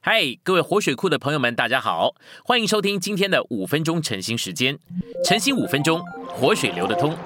嗨，各位活水库的朋友们，大家好，欢迎收听今天的5分钟晨兴时间。晨兴5分钟，活水流得通。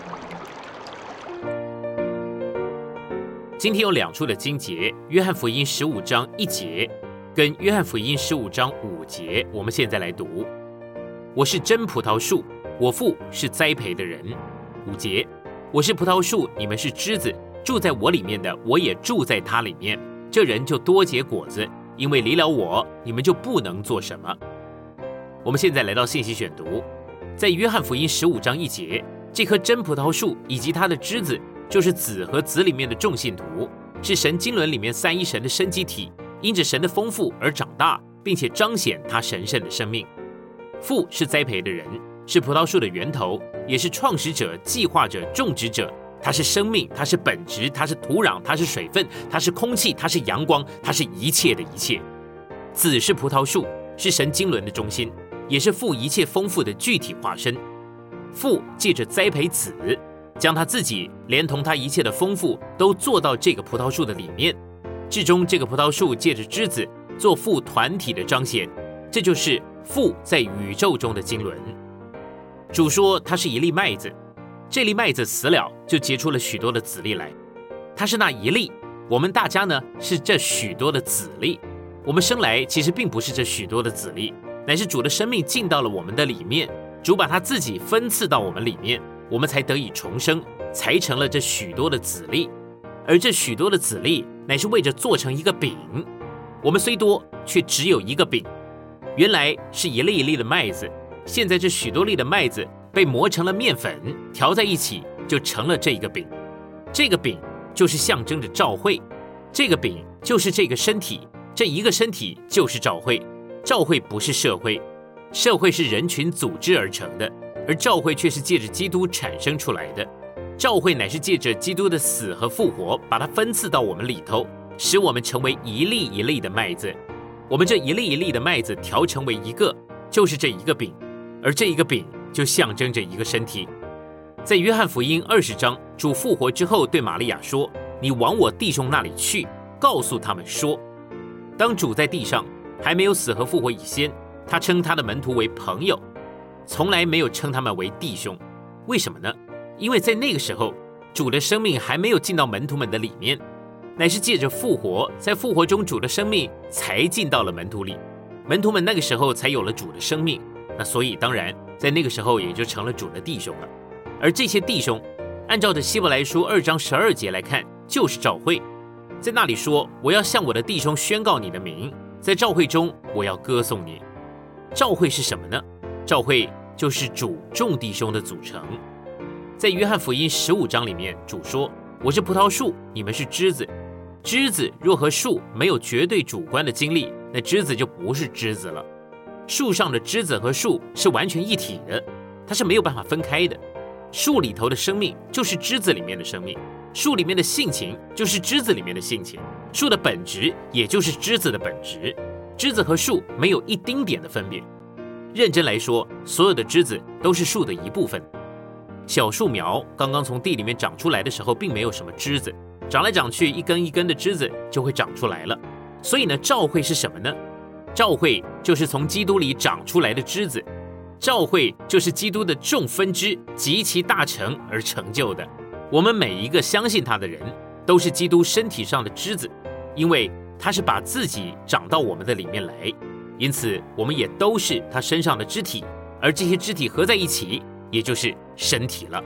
今天有2处的经节，约翰福音15章1节跟约翰福音15章5节，我们现在来读。我是真葡萄树，我父是栽培的人。5节，我是葡萄树，你们是枝子，住在我里面的，我也住在他里面，这人就多结果子，因为离了我，你们就不能做什么。我们现在来到信息选读，在约翰福音15章1节，这棵真葡萄树以及它的枝子，就是子和子里面的众信徒，是神经纶里面三一神的生机体，因着神的丰富而长大，并且彰显他神圣的生命。父是栽培的人，是葡萄树的源头，也是创始者、计划者、种植者。它是生命，它是本质，它是土壤，它是水分，它是空气，它是阳光，它是一切的一切。子是葡萄树，是神经纶的中心，也是父一切丰富的具体化身。父借着栽培子，将他自己连同他一切的丰富都做到这个葡萄树的里面，至终这个葡萄树借着枝子做父团体的彰显，这就是父在宇宙中的经纶。主说他是一粒麦子，这粒麦子死了，就结出了许多的子粒来。它是那一粒，我们大家呢是这许多的子粒。我们生来其实并不是这许多的子粒，乃是主的生命进到了我们的里面，主把他自己分赐到我们里面，我们才得以重生，才成了这许多的子粒。而这许多的子粒，乃是为着做成一个饼。我们虽多，却只有一个饼。原来是一粒一粒的麦子，现在这许多粒的麦子被磨成了面粉，调在一起就成了这个饼。这个饼就是象征着召会，这个饼就是这个身体，这一个身体就是召会。召会不是社会，社会是人群组织而成的，而召会却是借着基督产生出来的。召会乃是借着基督的死和复活，把它分赐到我们里头，使我们成为一粒一粒的麦子。我们这一粒一粒的麦子调成为一个，就是这一个饼，而这一个饼就象征着一个身体。在约翰福音20章，主复活之后对玛利亚说，你往我弟兄那里去，告诉他们说。当主在地上还没有死和复活以先，他称他的门徒为朋友，从来没有称他们为弟兄。为什么呢？因为在那个时候，主的生命还没有进到门徒们的里面，乃是借着复活，在复活中主的生命才进到了门徒里，门徒们那个时候才有了主的生命。那所以当然在那个时候也就成了主的弟兄了。而这些弟兄按照着希伯来书2章12节来看，就是召会。在那里说，我要向我的弟兄宣告你的名，在召会中我要歌颂你。召会是什么呢？召会就是主众弟兄的组成。在约翰福音15章里面，主说，我是葡萄树，你们是枝子。枝子若和树没有绝对主观的经历，那枝子就不是枝子了。树上的枝子和树是完全一体的，它是没有办法分开的。树里头的生命就是枝子里面的生命，树里面的性情就是枝子里面的性情，树的本质也就是枝子的本质。枝子和树没有一丁点的分别。认真来说，所有的枝子都是树的一部分。小树苗刚刚从地里面长出来的时候，并没有什么枝子，长来长去，一根一根的枝子就会长出来了。所以呢，召会是什么呢？召会就是从基督里长出来的枝子，召会就是基督的众分支极其大成而成就的。我们每一个相信他的人，都是基督身体上的枝子，因为他是把自己长到我们的里面来，因此我们也都是他身上的肢体，而这些肢体合在一起，也就是身体了。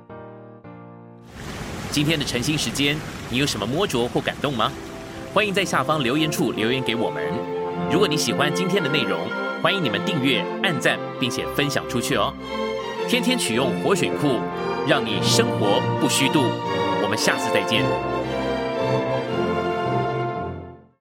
今天的晨兴时间，你有什么摸着或感动吗？欢迎在下方留言处留言给我们。如果你喜欢今天的内容，欢迎你们订阅、按赞，并且分享出去哦。天天取用活水库，让你生活不虚度。我们下次再见。